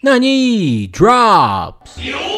Nani Drops!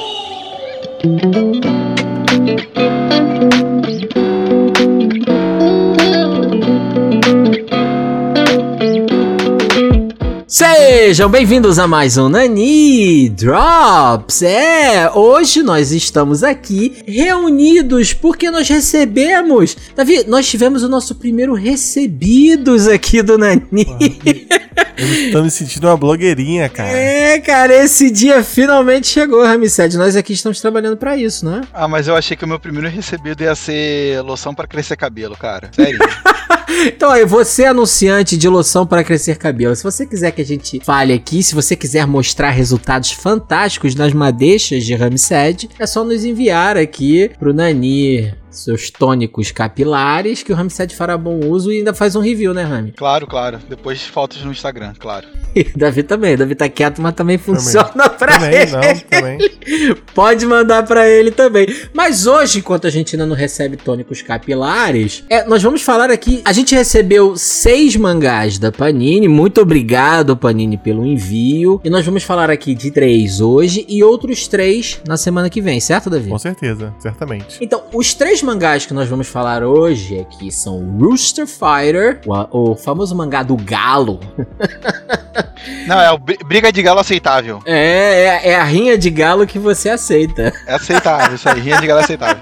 Sejam bem-vindos a mais um Nani Drops. Hoje nós estamos aqui reunidos porque nós recebemos... Davi, nós tivemos o nosso primeiro recebidos aqui do Nani. Eu tô me sentindo uma blogueirinha, cara. Cara, esse dia finalmente chegou, Ramsed. Nós aqui estamos trabalhando pra isso, né? Ah, mas eu achei que o meu primeiro recebido ia ser loção pra crescer cabelo, cara. Sério. Então aí, você é anunciante de loção para crescer cabelo. Se você quiser que a gente fale aqui, se você quiser mostrar resultados fantásticos nas madeixas de Ramsed, é só nos enviar aqui pro Nani seus tônicos capilares, que o Ramsed fará bom uso e ainda faz um review, né, Rami? Claro. Depois fotos no Instagram, claro. E o Davi também. O Davi tá quieto, mas também funciona pra ele. Também. Pode mandar pra ele também. Mas hoje, enquanto a gente ainda não recebe tônicos capilares, nós vamos falar aqui. A gente recebeu 6 mangás da Panini. Muito obrigado, Panini, pelo envio. E nós vamos falar aqui de 3 hoje e outros 3 na semana que vem, certo, Davi? Com certeza, certamente. Então, os 3 mangás que nós vamos falar hoje aqui são Rooster Fighter, o famoso mangá do galo. Não, é o briga de galo aceitável. É a rinha de galo que você aceita. É aceitável, isso aí, rinha de galo aceitável.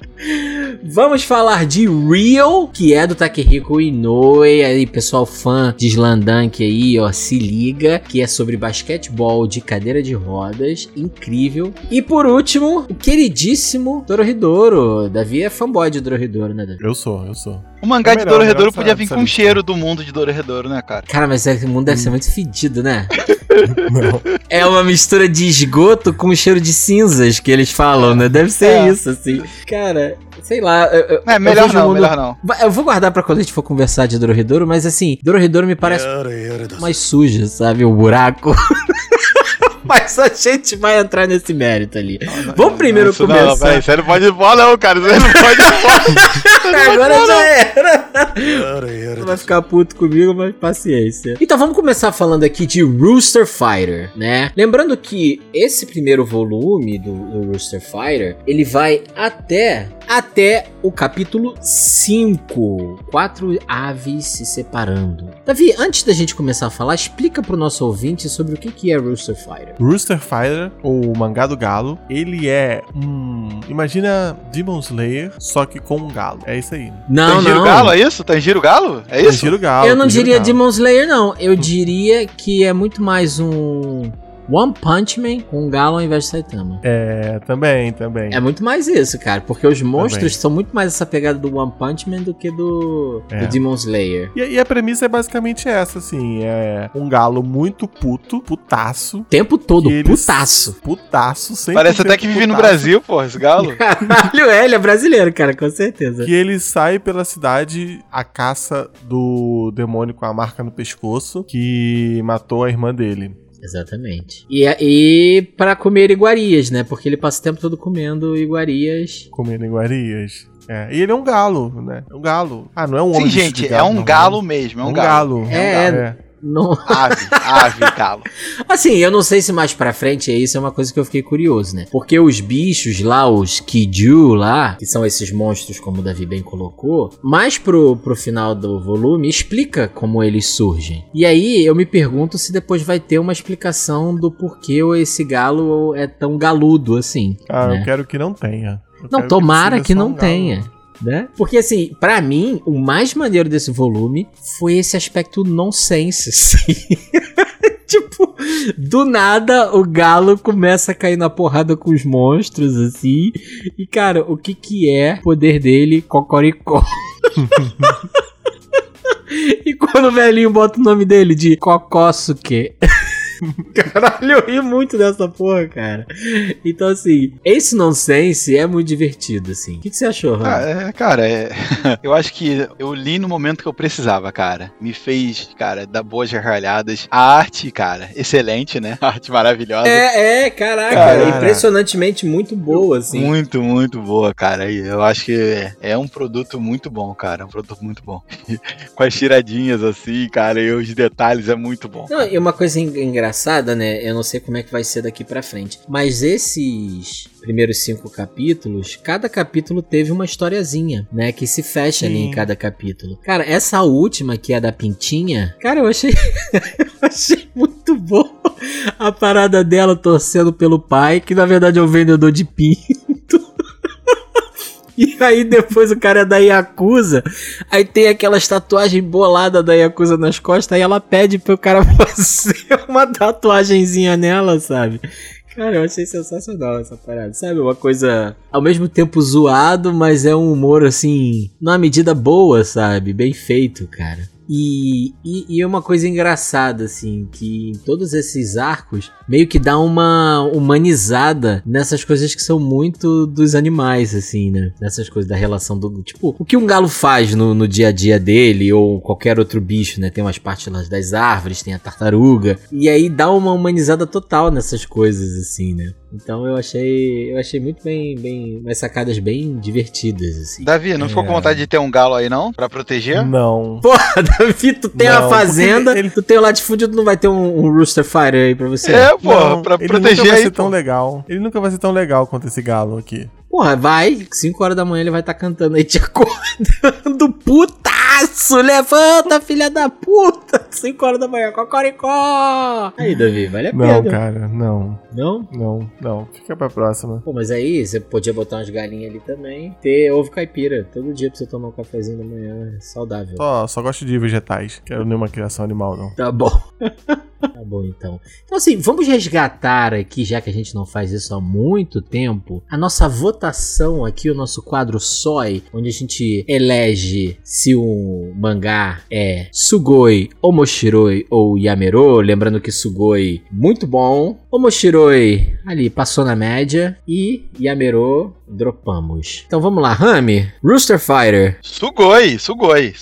Vamos falar de Real, que é do Takehiko Inoue, aí pessoal fã de Slandunk aí, ó, se liga, que é sobre basquetebol de cadeira de rodas, incrível. E por último, o queridíssimo Dorohedoro. Davi é fanboy de Dorohedoro, né, Davi? Eu sou. O mangá de Dorohedoro podia vir com o cheiro do mundo de Dorohedoro, né, cara? Cara, mas o mundo deve ser muito fedido, né? Não. É uma mistura de esgoto com cheiro de cinzas que eles falam, né? Deve ser isso, assim. Cara, sei lá. Melhor não. Eu vou guardar pra quando a gente for conversar de Dorohedoro, mas assim, Dorohedoro me parece mais suja, sabe? O buraco. Mas a gente vai entrar nesse mérito ali. Vamos primeiro começar. Não, véio, você não pode ir fora, não, cara. Você não pode ir fora. Agora já era. Você vai ficar puto comigo, mas paciência. Então vamos começar falando aqui de Rooster Fighter, né? Lembrando que esse primeiro volume do Rooster Fighter, ele vai até o capítulo 5. 4 aves se separando. Davi, antes da gente começar a falar, explica pro nosso ouvinte sobre o que é Rooster Fighter. Rooster Fighter, ou mangá do galo, ele é imagina Demon Slayer, só que com um galo. É isso aí. Tanjiro Galo, é isso? Tanjiro Galo? É isso? Tanjiro Galo. Eu não diria Demon Slayer, não. Eu diria que é muito mais um One Punch Man com um galo ao invés de Saitama. Também. É muito mais isso, cara. Porque os monstros são muito mais essa pegada do One Punch Man do que do Demon Slayer. E a premissa é basicamente essa, assim. É um galo muito putaço. O tempo todo, putaço. Putaço, sempre. Parece até que vive no Brasil, pô, esse galo. Caralho, ele é brasileiro, cara, com certeza. Que ele sai pela cidade à caça do demônio com a marca no pescoço que matou a irmã dele. Exatamente. E pra comer iguarias, né? Porque ele passa o tempo todo comendo iguarias. E ele é um galo, né? É um galo. Ah, não é um homem. Sim, gente, é um galo mesmo. É um galo. Não... Ave, galo. Assim, eu não sei se mais pra frente isso é uma coisa que eu fiquei curioso, né? Porque os bichos lá, os Kiju lá, que são esses monstros, como o Davi bem colocou, mais pro final do volume, explica como eles surgem. E aí, eu me pergunto se depois vai ter uma explicação do porquê esse galo é tão galudo assim. Né? Eu quero que não tenha. Não, tomara que não tenha. Né? Porque assim, pra mim, o mais maneiro desse volume foi esse aspecto nonsense, assim. Tipo, do nada o galo começa a cair na porrada com os monstros, assim. E cara, o que é o poder dele? Cocoricó. E quando o velhinho bota o nome dele de Kokosuke. Caralho, eu ri muito dessa porra, cara. Então, assim, esse nonsense é muito divertido, assim. O que você achou, Rami? Eu acho que eu li no momento que eu precisava, cara. Me fez, cara, dar boas gargalhadas. A arte, cara, excelente, né? A arte maravilhosa. Caraca, impressionantemente muito boa, assim. Muito, muito boa, cara. E eu acho que é um produto muito bom, cara. Um produto muito bom. Com as tiradinhas, assim, cara, e os detalhes é muito bom. Não, e uma coisa engraçada engraçada, né? Eu não sei como é que vai ser daqui pra frente. Mas esses primeiros 5 capítulos, cada capítulo teve uma historiazinha, né? Que se fecha ali em cada capítulo. Cara, essa última, que é da Pintinha, cara, eu achei... eu achei muito bom a parada dela torcendo pelo pai, que na verdade é um vendedor de pinto. E aí depois o cara é da Yakuza, aí tem aquelas tatuagens boladas da Yakuza nas costas, aí ela pede pro cara fazer uma tatuagenzinha nela, sabe? Cara, eu achei sensacional essa parada, sabe? Uma coisa ao mesmo tempo zoado, mas é um humor assim, numa medida boa, sabe? Bem feito, cara. E é uma coisa engraçada, assim, que em todos esses arcos meio que dá uma humanizada nessas coisas que são muito dos animais, assim, né? Nessas coisas da relação do... Tipo, o que um galo faz no dia a dia dele, ou qualquer outro bicho, né? Tem umas partes lá das árvores, tem a tartaruga. E aí dá uma humanizada total nessas coisas, assim, né? Então eu achei muito bem umas sacadas bem divertidas, assim. Davi, não ficou com vontade de ter um galo aí, não? Pra proteger? Não. Porra, Davi, tu tem uma fazenda, tu tem o latifúndio, tu não vai ter um Rooster Fighter aí pra você? Porra, pra proteger aí. Ele nunca vai ser tão legal. Ele nunca vai ser tão legal quanto esse galo aqui. Porra, vai, 5 horas da manhã ele vai estar cantando aí, te acordando, putaço, levanta, filha da puta, 5 horas da manhã, cocoricó. Aí, Davi, vale a pena. Não, cara, não. Não? Não, fica pra próxima. Pô, mas aí você podia botar umas galinhas ali também, ter ovo caipira, todo dia pra você tomar um cafezinho da manhã, é saudável. Só gosto de vegetais, quero nenhuma criação animal, não. Tá bom. Tá bom, então. Então, assim, vamos resgatar aqui, já que a gente não faz isso há muito tempo, a nossa votação aqui, o nosso quadro SOI, onde a gente elege se o mangá é Sugoi, Omoshiroi ou Yamero. Lembrando que Sugoi, muito bom. Omoshiroi, ali, passou na média. E Yamero, dropamos. Então vamos lá, Rami, Rooster Fighter. Sugoi. Sugoi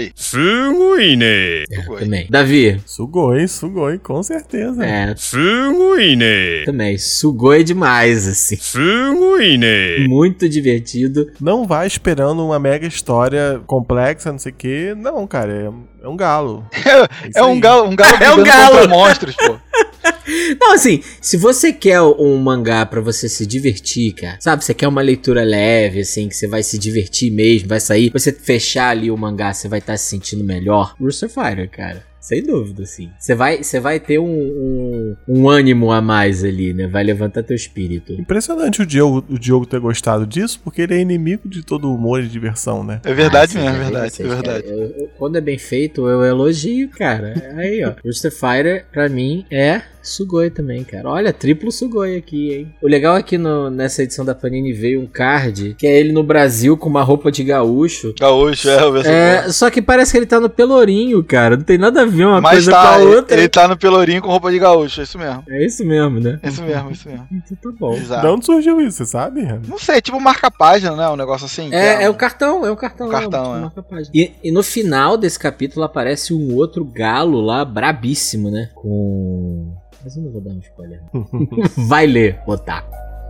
ne. Também. Davi. Sugoi, com certeza. Sugoi ne. Também. Sugoi demais, assim. Sugoi ne. Muito divertido. Não vai esperando uma mega história complexa, não sei o que. Não, cara, é um galo. É um galo contra monstros, pô. Não, assim, se você quer um mangá pra você se divertir, cara, sabe? Você quer uma leitura leve, assim, que você vai se divertir mesmo, vai sair, você fechar ali o mangá, você vai estar se sentindo melhor. Rooster Fighter, cara. Sem dúvida, assim. Você vai ter um ânimo a mais ali, né? Vai levantar teu espírito. Impressionante o Diogo ter gostado disso, porque ele é inimigo de todo humor e diversão, né? É verdade mesmo, é verdade. Cara, quando é bem feito, eu elogio, cara. Aí, ó. Rooster Fighter, pra mim, é Sugoi também, cara. Olha, triplo Sugoi aqui, hein? O legal é que nessa edição da Panini veio um card, que é ele no Brasil com uma roupa de gaúcho. Gaúcho, só que parece que ele tá no Pelourinho, cara. Não tem nada a ver uma mas coisa com a outra. Ele tá no Pelourinho com roupa de gaúcho, é isso mesmo. É isso mesmo, né? Isso mesmo. Então tá bom. Exato. De onde surgiu isso, você sabe? Não sei, tipo marca-página, né? Um negócio assim. É o cartão. Marca-página. E no final desse capítulo aparece um outro galo lá, brabíssimo, né? Mas eu não vou dar um spoiler. Vai ler, Otaku.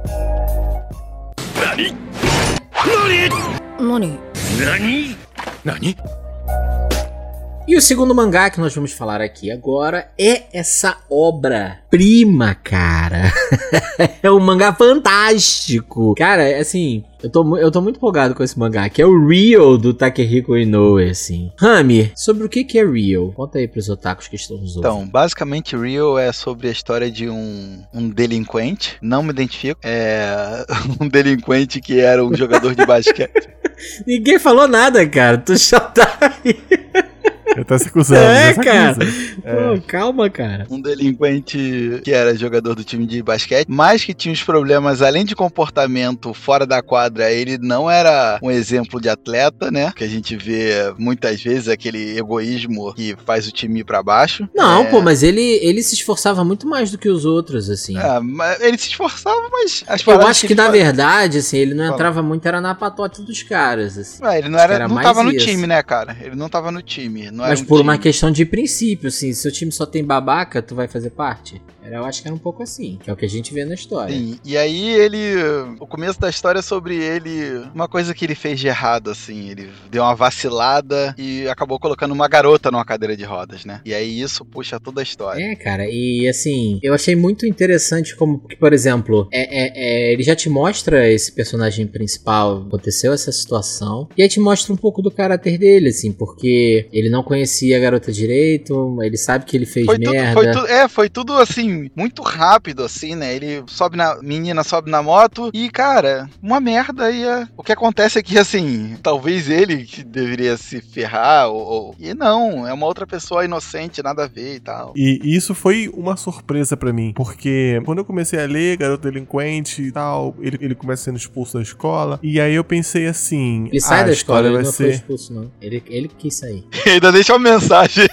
Nani? E o segundo mangá que nós vamos falar aqui agora é essa obra-prima, cara. É um mangá fantástico. Cara, assim, eu tô muito empolgado com esse mangá, que é o Real do Takehiko Inoue, assim. Rami, sobre o que é Real? Conta aí pros otakus que estão nos ouvindo. Então, basicamente, Real é sobre a história de um delinquente, não me identifico, é um delinquente que era um jogador de basquete. Ninguém falou nada, cara, tu já tá aí. Ele tá se acusando. Cara. Pô, calma, cara. Um delinquente que era jogador do time de basquete, mas que tinha os problemas, além de comportamento fora da quadra, ele não era um exemplo de atleta, né? Que a gente vê muitas vezes, aquele egoísmo que faz o time ir pra baixo. Não, pô, mas ele se esforçava muito mais do que os outros, assim. Mas ele se esforçava, mas... Eu acho que na verdade, assim, ele não entrava muito, era na patota dos caras, assim. Ele não tava no time, né, cara? Ele não tava no time. Não Mas por uma questão de princípio, assim, se o time só tem babaca, tu vai fazer parte? Eu acho que era um pouco assim, que é o que a gente vê na história. Sim, e aí o começo da história é sobre ele, uma coisa que ele fez de errado, assim, ele deu uma vacilada e acabou colocando uma garota numa cadeira de rodas, né? E aí isso puxa toda a história. É, cara, e assim, eu achei muito interessante como, que, por exemplo, ele já te mostra esse personagem principal, aconteceu essa situação, e aí te mostra um pouco do caráter dele, assim, porque ele não conhecia a garota direito, ele sabe que ele fez merda. Foi tudo assim, muito rápido, assim, né? Ele menina sobe na moto e, cara, uma merda. E o que acontece é que, assim, talvez ele que deveria se ferrar, e não, é uma outra pessoa inocente, nada a ver e tal. E isso foi uma surpresa pra mim, porque quando eu comecei a ler Garoto Delinquente e tal, ele começa sendo expulso da escola, e aí eu pensei assim... Ele sai da escola, ele não foi expulso, não. Ele quis sair. Ainda deixa uma mensagem.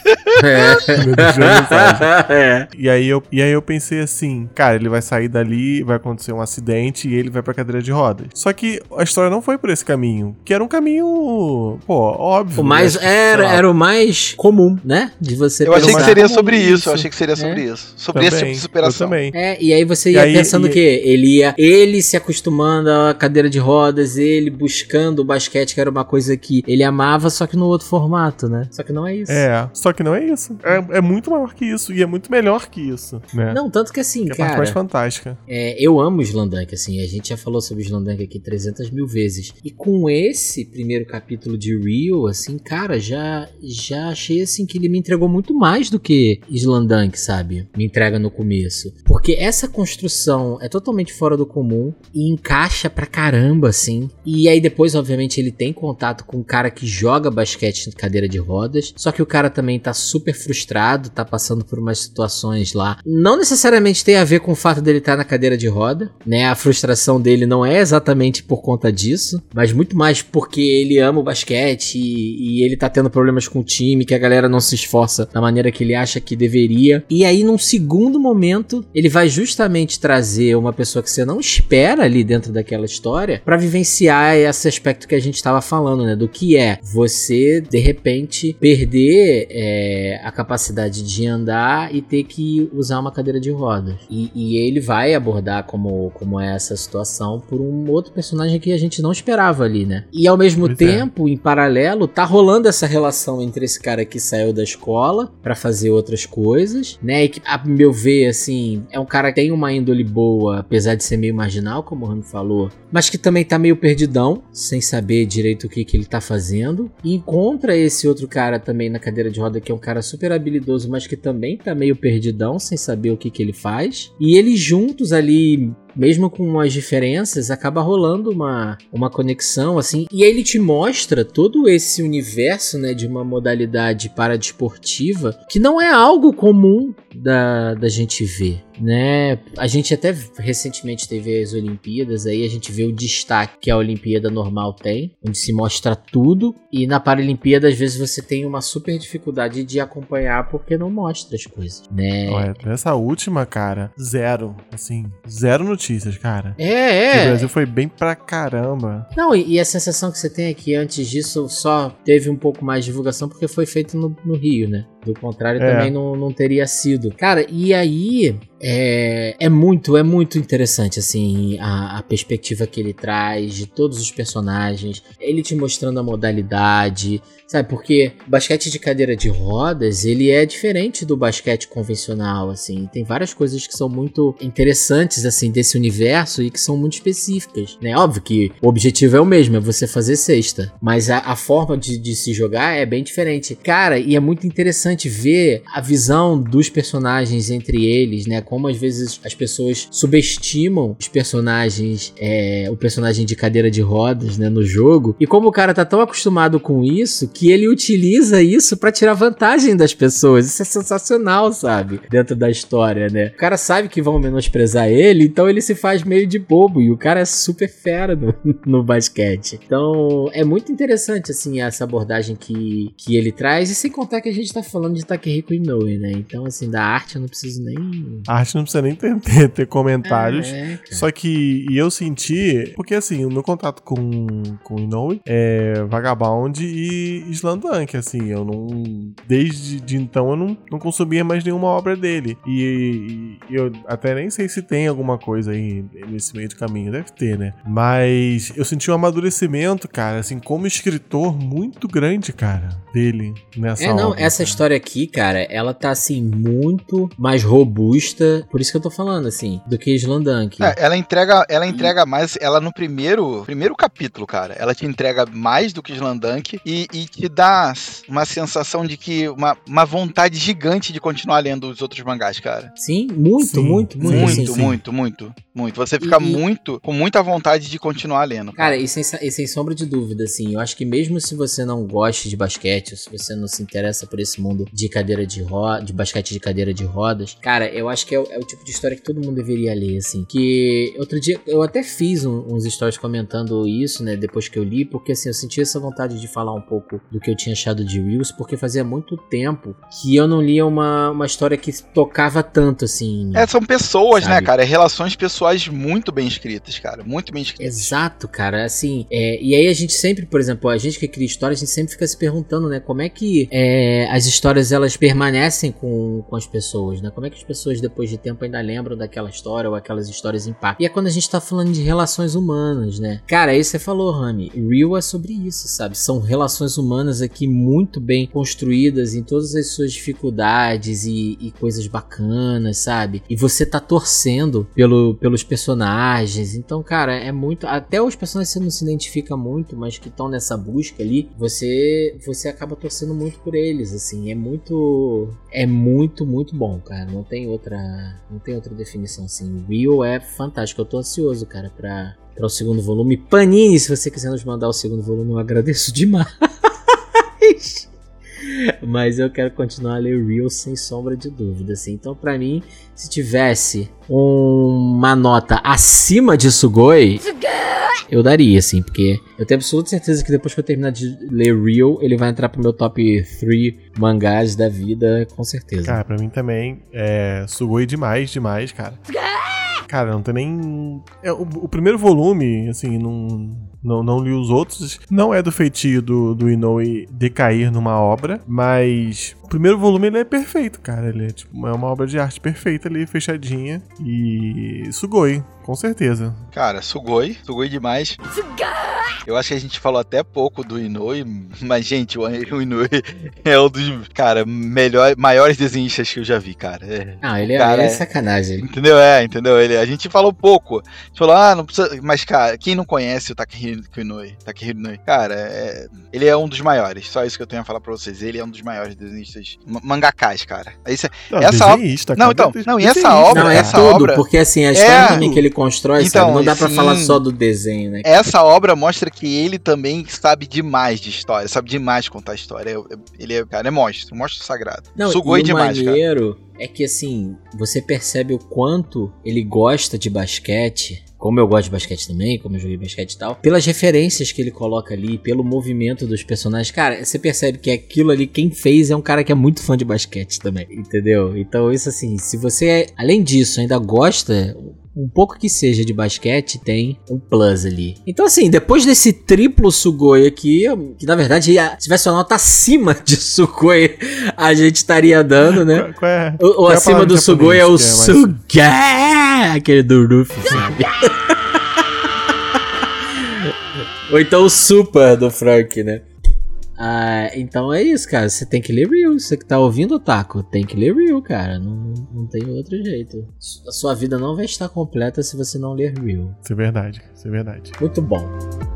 E aí eu pensei assim, cara, ele vai sair dali, vai acontecer um acidente e ele vai pra cadeira de rodas. Só que a história não foi por esse caminho, que era um caminho, óbvio. O mais, era o mais comum, né? De você Eu achei que seria sobre isso, eu achei que seria sobre isso. Sobre esse tipo de superação. Eu também. E aí você ia pensando que ele se acostumando à cadeira de rodas, ele buscando o basquete, que era uma coisa que ele amava, só que no outro formato, né? Só que não é isso. Só que não é isso. É muito maior que isso e é muito melhor que isso, né? Não, tanto que assim, cara... É a parte mais fantástica. Eu amo o Slamdunk, assim, a gente já falou sobre o Slamdunk aqui 300 mil vezes. E com esse primeiro capítulo de Rio, assim, cara, já achei, assim, que ele me entregou muito mais do que Slamdunk, sabe? Me entrega no começo. Porque essa construção é totalmente fora do comum e encaixa pra caramba, assim. E aí depois, obviamente, ele tem contato com um cara que joga basquete na cadeira de rodas, só que o cara também tá super frustrado, tá passando por umas situações lá. Não necessariamente tem a ver com o fato dele estar na cadeira de roda, né? A frustração dele não é exatamente por conta disso, mas muito mais porque ele ama o basquete e ele tá tendo problemas com o time, que a galera não se esforça da maneira que ele acha que deveria. E aí, num segundo momento, ele vai justamente trazer uma pessoa que você não espera ali dentro daquela história pra vivenciar esse aspecto que a gente tava falando, né? Do que é você, de repente, perder a capacidade de andar e ter que usar uma cadeira de rodas. E ele vai abordar como é essa situação por um outro personagem que a gente não esperava ali, né? E ao mesmo tempo, em paralelo, tá rolando essa relação entre esse cara que saiu da escola pra fazer outras coisas, né? E que, a meu ver, assim, é um cara que tem uma índole boa, apesar de ser meio marginal, como o Rami falou, mas que também tá meio perdidão, sem saber direito o que ele tá fazendo. E encontra esse outro cara também na cadeira de roda, que é um cara super habilidoso, mas que também tá meio perdidão, sem saber o que ele faz. E eles juntos ali, mesmo com as diferenças, acaba rolando uma conexão, assim. E aí ele te mostra todo esse universo, né, de uma modalidade paradesportiva que não é algo comum da gente ver, né? A gente até recentemente teve as Olimpíadas, aí a gente vê o destaque que a Olimpíada normal tem, onde se mostra tudo, e na Paralimpíada às vezes você tem uma super dificuldade de acompanhar porque não mostra as coisas, né? Olha, essa última, cara, zero notícias, cara. O Brasil foi bem pra caramba. Não, e a sensação que você tem é que antes disso só teve um pouco mais de divulgação porque foi feito no Rio, né? Do contrário, também não teria sido. Cara, e aí é muito interessante, assim, a perspectiva que ele traz de todos os personagens, ele te mostrando a modalidade, sabe? Porque o basquete de cadeira de rodas, ele é diferente do basquete convencional, assim, tem várias coisas que são muito interessantes, assim, desse universo e que são muito específicas, né? Óbvio que o objetivo é o mesmo, é você fazer cesta, mas a forma de se jogar é bem diferente. Cara, e é muito interessante ver a visão dos personagens entre eles, né? Como às vezes as pessoas subestimam os personagens, o personagem de cadeira de rodas, né, no jogo, e como o cara tá tão acostumado com isso que ele utiliza isso pra tirar vantagem das pessoas. Isso é sensacional, sabe? Dentro da história, né? O cara sabe que vão menosprezar ele, então ele se faz meio de bobo, e o cara é super fera no basquete. Então é muito interessante, assim, essa abordagem que ele traz, e sem contar que a gente tá falando falando de Takehiko Inoue, né? Então, assim, da arte eu não preciso nem... A arte não precisa nem ter comentários. Só que eu senti... Porque, assim, o meu contato com Inoue é Vagabond e Slamdunk, assim. Eu não... Desde então eu não consumia mais nenhuma obra dele. E eu até nem sei se tem alguma coisa aí nesse meio do caminho. Deve ter, né? Mas eu senti um amadurecimento, cara, assim, como escritor muito grande, cara, dele nessa obra. Essa história aqui, cara, ela tá, assim, muito mais robusta, por isso que eu tô falando, assim, do que Slamdunk. Ela entrega mais, ela no primeiro capítulo, cara, ela te entrega mais do que Slamdunk e te dá uma sensação de que uma vontade gigante de continuar lendo os outros mangás, cara. Sim, muito. Você fica com muita vontade de continuar lendo. Cara, e sem sombra de dúvida, assim, eu acho que mesmo se você não gosta de basquete, ou se você não se interessa por esse mundo de cadeira de basquete de cadeira de rodas, cara, eu acho que é o tipo de história que todo mundo deveria ler, assim. Que outro dia eu até fiz uns stories comentando isso, né, depois que eu li, porque assim, eu senti essa vontade de falar um pouco do que eu tinha achado de Reels, porque fazia muito tempo que eu não lia uma história que tocava tanto, assim. São pessoas, sabe? Né, cara? Relações pessoais muito bem escritas, cara. Muito bem escritas. Exato, cara. Assim, e aí a gente sempre, por exemplo, a gente que cria história, a gente sempre fica se perguntando, né, como é que as histórias, elas permanecem com as pessoas, né? Como é que as pessoas, depois de tempo, ainda lembram daquela história ou aquelas histórias impactam? E é quando a gente tá falando de relações humanas, né? Cara, aí você falou, Rami, Reel é sobre isso, sabe? São relações humanas aqui muito bem construídas em todas as suas dificuldades e coisas bacanas, sabe? E você tá torcendo pelos personagens. Então, cara, é muito... Até os personagens você não se identifica muito, mas que estão nessa busca ali, você acaba torcendo muito por eles, assim. É muito, muito bom, cara. Não tem outra definição, assim. Reel é fantástico. Eu tô ansioso, cara, pra o segundo volume. Panini, se você quiser nos mandar o segundo volume, eu agradeço demais. Mas eu quero continuar a ler Reel sem sombra de dúvida, assim. Então, pra mim, se tivesse uma nota acima de Sugoi, eu daria, assim, porque eu tenho absoluta certeza que depois que eu terminar de ler Reel, ele vai entrar pro meu top 3 mangás da vida, com certeza. Cara, pra mim também Sugoi demais, cara. Cara, não tem nem... O primeiro volume, assim, não li os outros. Não é do feitio do Inoue decair numa obra, mas o primeiro volume ele é perfeito, cara. Ele é uma obra de arte perfeita ali, fechadinha. E Sugoi, com certeza. Cara, Sugoi demais. Eu acho que a gente falou até pouco do Inoue, mas, gente, o Inoue é um dos, cara, maiores desenhistas que eu já vi, cara. Ele é sacanagem. Entendeu? Entendeu? A gente falou pouco. A gente falou, não precisa... Mas, cara, quem não conhece o Takehiko Inoue, cara, ele é um dos maiores. Só isso que eu tenho a falar pra vocês. Ele é um dos maiores desenhistas essa obra... Porque, assim, a história também que ele constrói, então, sabe? Não dá pra falar só do desenho, né? Essa obra mostra que ele também sabe demais de história, sabe demais contar história. Ele é monstro sagrado. Sugoi demais, cara. O maneiro é que, assim, você percebe o quanto ele gosta de basquete, como eu gosto de basquete também, como eu joguei basquete e tal, pelas referências que ele coloca ali, pelo movimento dos personagens. Cara, você percebe que aquilo ali, quem fez é um cara que é muito fã de basquete também, entendeu? Então isso, assim, se você, além disso, ainda gosta... Um pouco que seja de basquete, tem um plus ali. Então, assim, depois desse triplo Sugoi aqui, que na verdade, se tivesse uma nota acima de Sugoi, a gente estaria dando, né? O acima do Sugoi é o Suga, aquele do Ruffy, sabe? Ou então o Super do Frank, né? Então é isso, cara. Você tem que ler Reel. Você que tá ouvindo, Otaku, tem que ler Reel, cara. Não tem outro jeito. A sua vida não vai estar completa se você não ler Reel. Isso é verdade. Muito bom.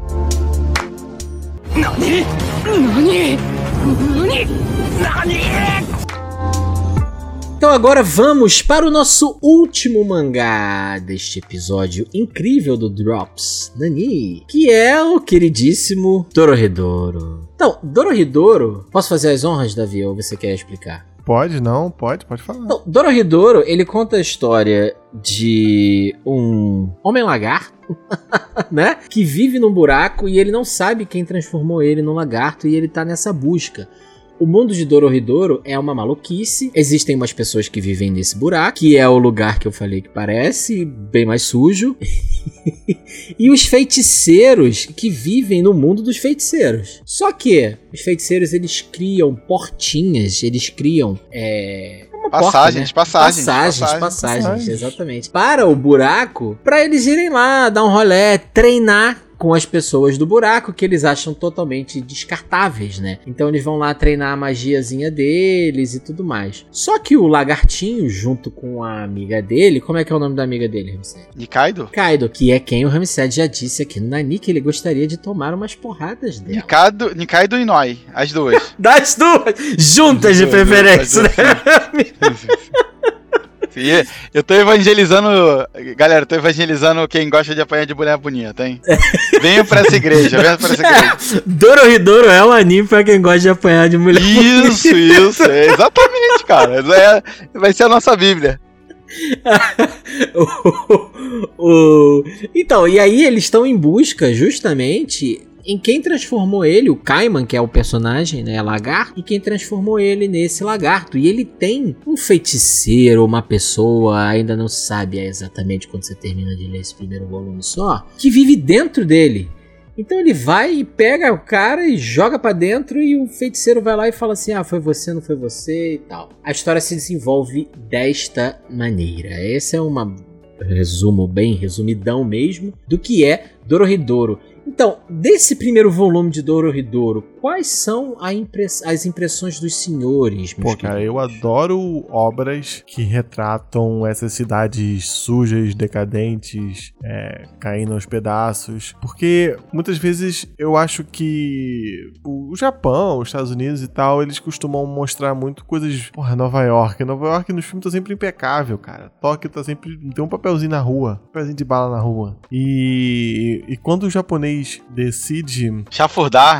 Então agora vamos para o nosso último mangá deste episódio incrível do Drops, Nani, que é o queridíssimo Dorohedoro. Então, Dorohedoro, posso fazer as honras, Davi, ou você quer explicar? Pode falar. Então, Dorohedoro, ele conta a história de um homem lagarto, né? Que vive num buraco e ele não sabe quem transformou ele num lagarto e ele tá nessa busca. o mundo de Dorohedoro é uma maluquice. Existem umas pessoas que vivem nesse buraco, que é o lugar que eu falei que parece, bem mais sujo. E os feiticeiros que vivem no mundo dos feiticeiros. Só que os feiticeiros, eles criam portinhas, eles criam... Passagens, exatamente. Para o buraco, para eles irem lá, dar um rolê, treinar com as pessoas do buraco, que eles acham totalmente descartáveis, né? Então eles vão lá treinar a magiazinha deles e tudo mais. Só que o lagartinho, junto com a amiga dele... Como é que é o nome da amiga dele, Ramsed? Nikaido? Kaido, que é quem o Ramsed já disse aqui no Nani, que ele gostaria de tomar umas porradas dela. Nikaido e Noi, as duas. Das duas! Juntas de preferência, né? Eu tô evangelizando... Galera, eu tô evangelizando quem gosta de apanhar de mulher bonita, hein? Venham pra essa igreja, Dorohedoro é um anime pra quem gosta de apanhar de mulher bonita. Isso, exatamente, cara. Vai ser a nossa Bíblia. Então, e aí eles estão em busca, justamente... em quem transformou ele, o Kaiman, que é o personagem, né, lagarto, e quem transformou ele nesse lagarto. E ele tem um feiticeiro, uma pessoa, ainda não se sabe exatamente quando você termina de ler esse primeiro volume só, que vive dentro dele. Então ele vai e pega o cara e joga pra dentro, e o feiticeiro vai lá e fala assim, foi você, não foi você e tal. A história se desenvolve desta maneira. Esse é um resumo bem resumidão mesmo do que é Dorohedoro. Então, desse primeiro volume de Dorohedoro, quais são as impressões dos senhores? Pô, cara, eu adoro obras que retratam essas cidades sujas, decadentes, caindo aos pedaços. Porque muitas vezes eu acho que o Japão, os Estados Unidos e tal, eles costumam mostrar muito coisas... Porra, Nova York nos filmes tá sempre impecável, cara. Tóquio tá sempre... tem um papelzinho na rua, um papelzinho de bala na rua. E quando o japonês decide chafurdar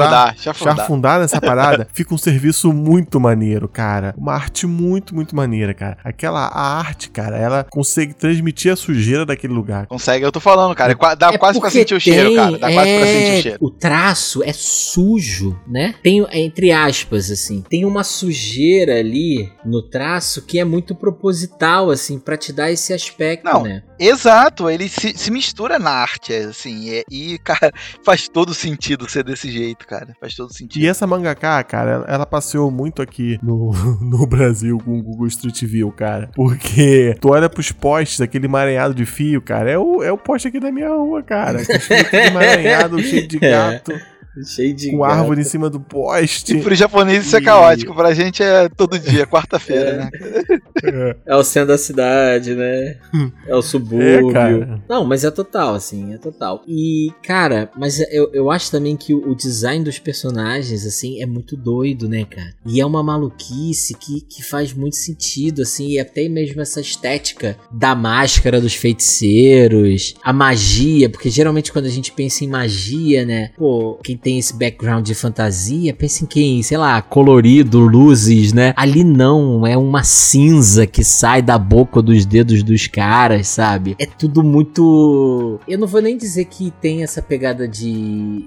nessa parada, fica um serviço muito maneiro, cara. Uma arte muito, muito maneira, cara. A arte, cara, ela consegue transmitir a sujeira daquele lugar. Consegue, eu tô falando, cara. Dá quase pra sentir o cheiro, cara. Dá quase pra sentir o cheiro. O traço é sujo, né? Tem, entre aspas, assim, tem uma sujeira ali no traço que é muito proposital, assim, pra te dar esse aspecto, né? Exato, ele se mistura na arte, assim, e, cara, faz todo sentido ser desse jeito, cara, faz todo sentido. E essa mangaka, cara, ela passeou muito aqui no Brasil com o Google Street View, cara, porque tu olha pros postes, aquele emaranhado de fio, cara, é o poste aqui da minha rua, cara, aquele emaranhado cheio de gato. Cheio de com árvore em cima do poste. E pro japonês isso é caótico, pra gente é todo dia, quarta-feira, né? É o centro da cidade, né? É o subúrbio. Cara. Não, mas é total, assim, é total. E, cara, mas eu acho também que o design dos personagens, assim, é muito doido, né, cara? E é uma maluquice que faz muito sentido, assim, e até mesmo essa estética da máscara dos feiticeiros, a magia, porque geralmente quando a gente pensa em magia, né, pô, quem tem esse background de fantasia, pensa em quem, sei lá, colorido, luzes, né? Ali não, é uma cinza que sai da boca dos dedos dos caras, sabe? É tudo muito... Eu não vou nem dizer que tem essa pegada de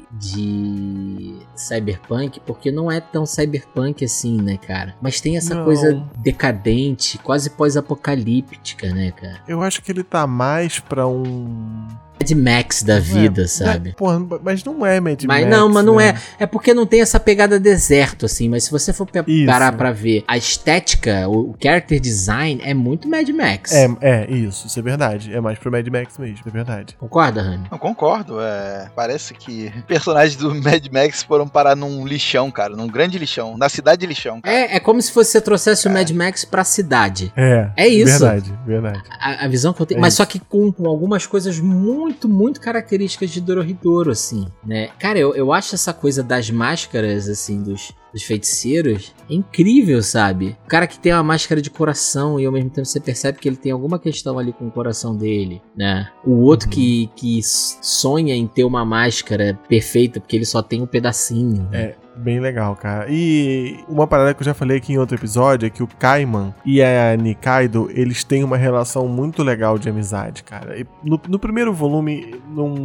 cyberpunk, porque não é tão cyberpunk assim, né, cara? Mas tem essa coisa decadente, quase pós-apocalíptica, né, cara? Eu acho que ele tá mais pra um... Mad Max da vida, sabe? Porra, mas não é Mad Max. Mas não é. É porque não tem essa pegada deserto, assim. Mas se você for parar pra ver a estética, o character design é muito Mad Max. Isso é verdade. É mais pro Mad Max mesmo, é verdade. Concorda, Rani? Eu concordo. Parece que personagens do Mad Max foram parar num lixão, cara. Num grande lixão. Na cidade de lixão, cara. É como se você trouxesse o Mad Max pra cidade. É isso. Verdade. A visão que eu tenho. Mas só que com algumas coisas muito características de Dorohedoro, assim, né? Cara, eu acho essa coisa das máscaras, assim, dos feiticeiros é incrível, sabe? O cara que tem uma máscara de coração e ao mesmo tempo você percebe que ele tem alguma questão ali com o coração dele, né? O outro que sonha em ter uma máscara perfeita porque ele só tem um pedacinho, né? Bem legal, cara. E uma parada que eu já falei aqui em outro episódio é que o Kaiman e a Nikaido, eles têm uma relação muito legal de amizade, cara. E no primeiro volume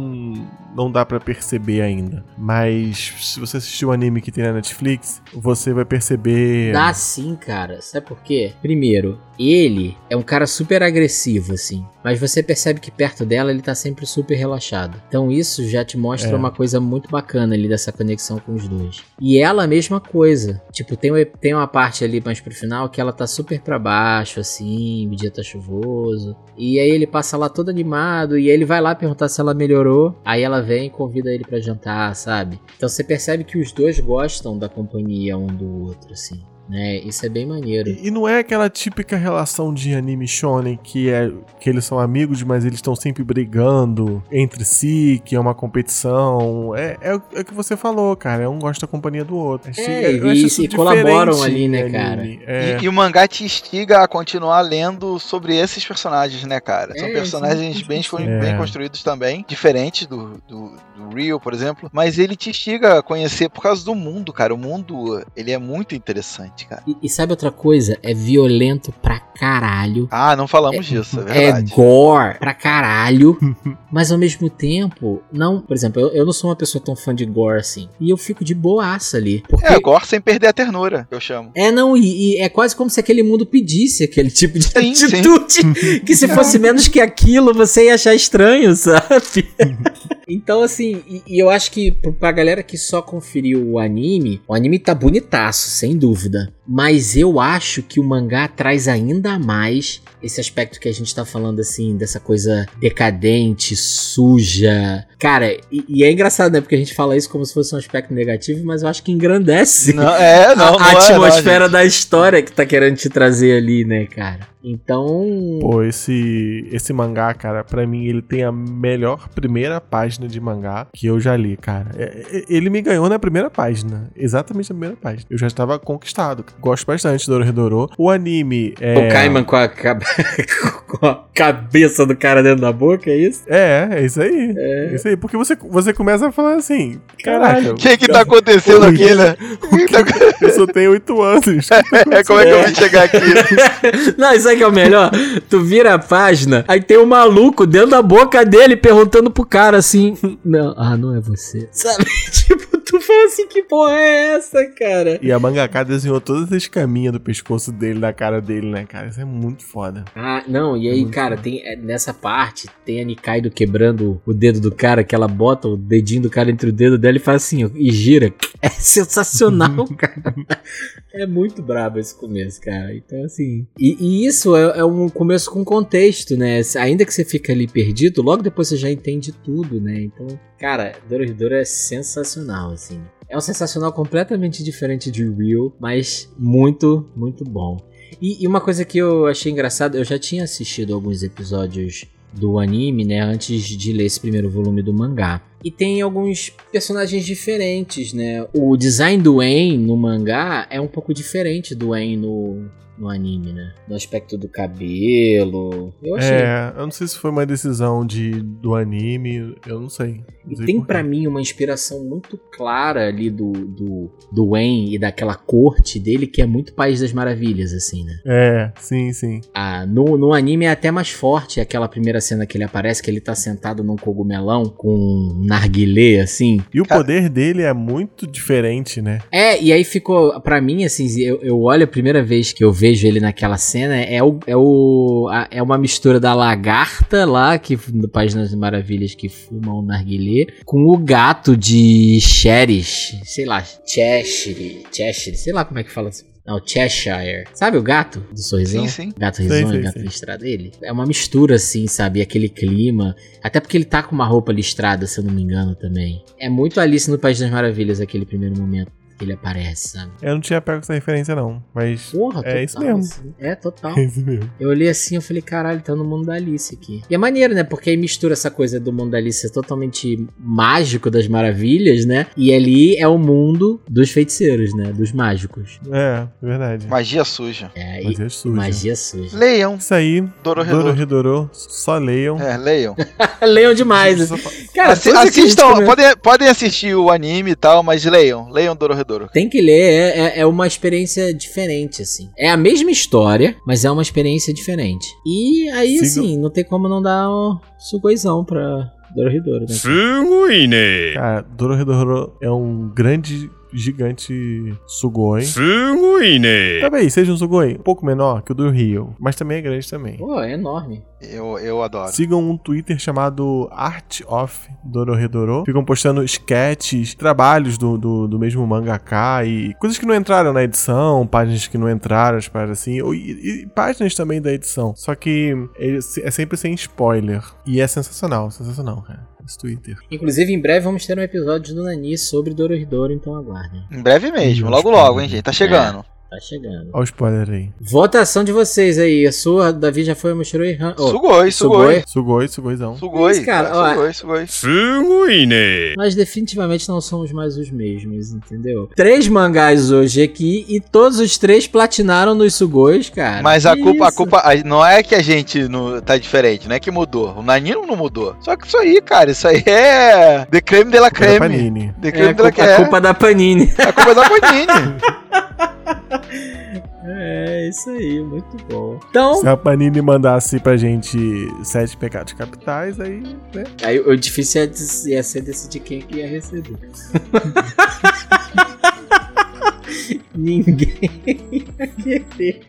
não dá pra perceber ainda. Mas se você assistir o anime que tem na Netflix, você vai perceber... Dá sim, cara. Sabe por quê? Primeiro, ele é um cara super agressivo, assim. Mas você percebe que perto dela ele tá sempre super relaxado. Então isso já te mostra uma coisa muito bacana ali dessa conexão com os dois. E ela a mesma coisa. Tipo, tem uma parte ali mais pro final que ela tá super pra baixo, assim, o dia tá chuvoso. E aí ele passa lá todo animado e aí ele vai lá perguntar se ela melhorou. Aí ela vem e convida ele pra jantar, sabe? Então você percebe que os dois gostam da companhia um do outro, assim. Né? Isso é bem maneiro. E não é aquela típica relação de anime shonen que eles são amigos, mas eles estão sempre brigando entre si, que é uma competição. É o que você falou, cara. Um gosta da companhia do outro. E colaboram ali, né, cara? E o mangá te instiga a continuar lendo sobre esses personagens, né, cara? São personagens bem construídos também, diferentes do Rio, por exemplo. Mas ele te instiga a conhecer por causa do mundo, cara. O mundo, ele é muito interessante. Cara. E sabe outra coisa? É violento pra caralho. Ah, não falamos disso, é verdade. É gore pra caralho. Mas ao mesmo tempo, não... Por exemplo, eu não sou uma pessoa tão fã de gore assim. E eu fico de boaça ali. Porque... gore sem perder a ternura, eu chamo. E é quase como se aquele mundo pedisse aquele tipo de atitude. Que se fosse menos que aquilo, você ia achar estranho, sabe? Então, assim, e eu acho que pra galera que só conferiu o anime tá bonitaço, sem dúvida. Mas eu acho que o mangá traz ainda mais esse aspecto que a gente tá falando, assim, dessa coisa decadente, suja. Cara, e é engraçado, né? Porque a gente fala isso como se fosse um aspecto negativo, mas eu acho que engrandece a atmosfera da história que tá querendo te trazer ali, né, cara? Então... Pô, esse mangá, cara, pra mim, ele tem a melhor primeira página de mangá que eu já li, cara. Ele me ganhou na primeira página. Exatamente na primeira página. Eu já estava conquistado. Gosto bastante do Dorohedoro. O anime é... O Kaiman com a cabeça do cara dentro da boca, é isso? É isso aí. É isso aí. Porque você começa a falar assim, caraca... O que tá acontecendo aqui, né? Eu só tenho 8 anos. Como é que eu vou chegar aqui? Não, isso que é o melhor? Tu vira a página, aí tem um maluco dentro da boca dele perguntando pro cara assim: não é você. Sabe? Tipo, tu fala assim: que porra é essa, cara? E a mangaka desenhou todas as caminhas do pescoço dele, da cara dele, né, cara? Isso é muito foda. E aí, cara, tem nessa parte, tem a Nikaido quebrando o dedo do cara, que ela bota o dedinho do cara entre o dedo dela e faz assim, e gira. É sensacional, cara. É muito brabo esse começo, cara. Então, assim... E isso é um começo com contexto, né? Ainda que você fica ali perdido, logo depois você já entende tudo, né? Então, cara, Dorohedoro é sensacional, assim. É um sensacional completamente diferente de Real, mas muito, muito bom. E uma coisa que eu achei engraçado, eu já tinha assistido alguns episódios do anime, né, antes de ler esse primeiro volume do mangá. E tem alguns personagens diferentes, né? O design do En no mangá é um pouco diferente do En no anime, né? No aspecto do cabelo. Eu achei. Eu não sei se foi uma decisão do anime, eu não sei. E tem pra mim uma inspiração muito clara ali do En e daquela corte dele, que é muito País das Maravilhas, assim, né? Sim. No anime é até mais forte aquela primeira cena que ele aparece, que ele tá sentado num cogumelão com um narguilé, assim. E o poder dele é muito diferente, né? E aí ficou, pra mim, assim, eu olho a primeira vez que eu vejo ele naquela cena, é uma mistura da lagarta lá, que do País das Maravilhas, que fuma o narguilé, com o gato de Cheshire, sei lá, Cheshire, sei lá como é que fala assim. Não, Cheshire. Sabe o gato do sorrisão? Sim. Gato risonho, gato listrado dele. É uma mistura, assim, sabe? Aquele clima. Até porque ele tá com uma roupa listrada, se eu não me engano, também. É muito Alice no País das Maravilhas, aquele primeiro momento que ele aparece, sabe? Eu não tinha pego essa referência, não. Mas porra, é isso mesmo. Assim. É, total. É isso mesmo. Eu olhei assim, eu falei, caralho, tá no mundo da Alice aqui. E é maneiro, né? Porque aí mistura essa coisa do mundo da Alice ser totalmente mágico das maravilhas, né? E ali é o mundo dos feiticeiros, né? Dos mágicos. É, verdade. Magia suja. Magia suja. Leiam. Isso aí. Dorohedoro. Só leiam. Leiam. Leiam demais. Cara, assistam, podem assistir o anime e tal, mas leiam Dorohedoro. Tem que ler, é uma experiência diferente, assim. É a mesma história, mas é uma experiência diferente. E aí, assim, não tem como não dar um sugoizão pra Dorohedoro, né? Sugoi ne. Cara, Dorohedoro é um grande, gigante Sugoi. Sugoi ne. Também, seja um Sugoi um pouco menor que o do Rio, mas também é grande também. Pô, é enorme. Eu adoro. Sigam um Twitter chamado Art of Dorohedoro. Ficam postando sketches, trabalhos do mesmo mangaka e coisas que não entraram na edição, páginas que não entraram, as páginas assim, e páginas também da edição. Só que é sempre sem spoiler. E é sensacional, cara. Esse Twitter. Inclusive, em breve vamos ter um episódio do Nani sobre Dorohedoro, então aguardem. Em breve mesmo, logo, hein, gente. Tá chegando. Tá chegando. Olha o spoiler aí. Votação de vocês aí. A sua, Davi, já foi, mostrou e Sugoizão. Sugoi, cara. Sugoi. Sugoi ne. Nós definitivamente não somos mais os mesmos, entendeu? 3 mangás hoje aqui e todos os 3 platinaram nos Sugois, cara. Mas a culpa não é que a gente tá diferente, não é que mudou. O Nani não mudou. Só que isso aí, cara, isso aí é the creme de la creme. A culpa da Panini. A culpa da Panini. É, isso aí, muito bom. Então, se a Panini mandasse pra gente 7 pecados capitais, aí, né? Aí o difícil ia ser decidir quem que ia receber. Ninguém ia querer.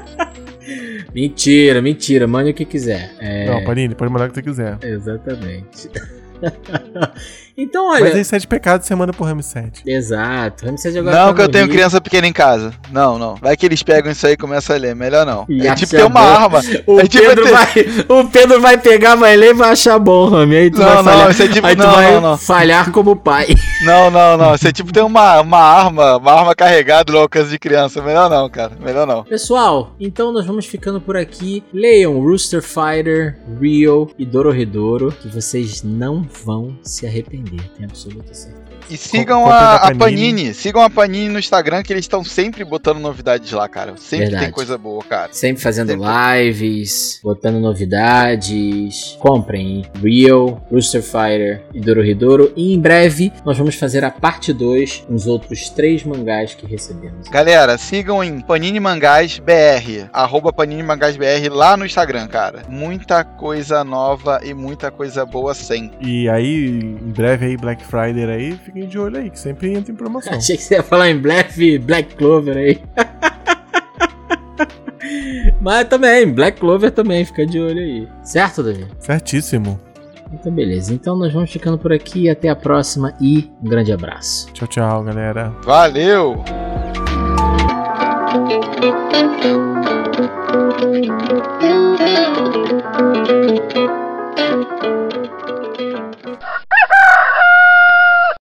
Mentira, mande o que quiser. Não, Panini, pode mandar o que você quiser. Exatamente. Então, olha. Mas aí 7 pecados você manda pro Ramsed. Exato. Ramsed agora não, que eu tenho criança pequena em casa. Não. Vai que eles pegam isso aí e começam a ler. Melhor não. E é tipo ter uma arma. O Pedro vai pegar, vai ler e vai achar bom, Rami. Aí tu vai falhar. Isso é tipo, aí tu vai falhar como pai. Não. Isso é tipo ter uma arma carregada no alcance de criança. Melhor não, cara. Melhor não. Pessoal, então nós vamos ficando por aqui. Leiam Rooster Fighter, Rio e Dorohedoro, que vocês não vão se arrepender. Tenho absoluta certeza. E sigam a Panini. Sigam a Panini no Instagram, que eles estão sempre botando novidades lá, cara. Sempre tem coisa boa, cara. Sempre fazendo lives, botando novidades. Comprem Rio, Rooster Fighter e Dorohedoro. E em breve nós vamos fazer a parte 2 com os outros 3 mangás que recebemos. Galera, sigam em Panini Mangás BR, @Panini Mangás BR lá no Instagram, cara. Muita coisa nova e muita coisa boa sempre. E aí, em breve aí, Black Friday aí, fiquem de olho aí, que sempre entra em promoção. Achei que você ia falar em Black Clover aí. Mas também, Black Clover também, fica de olho aí. Certo, Davi? Certíssimo. Então, beleza. Então, nós vamos ficando por aqui. Até a próxima e um grande abraço. Tchau, galera. Valeu!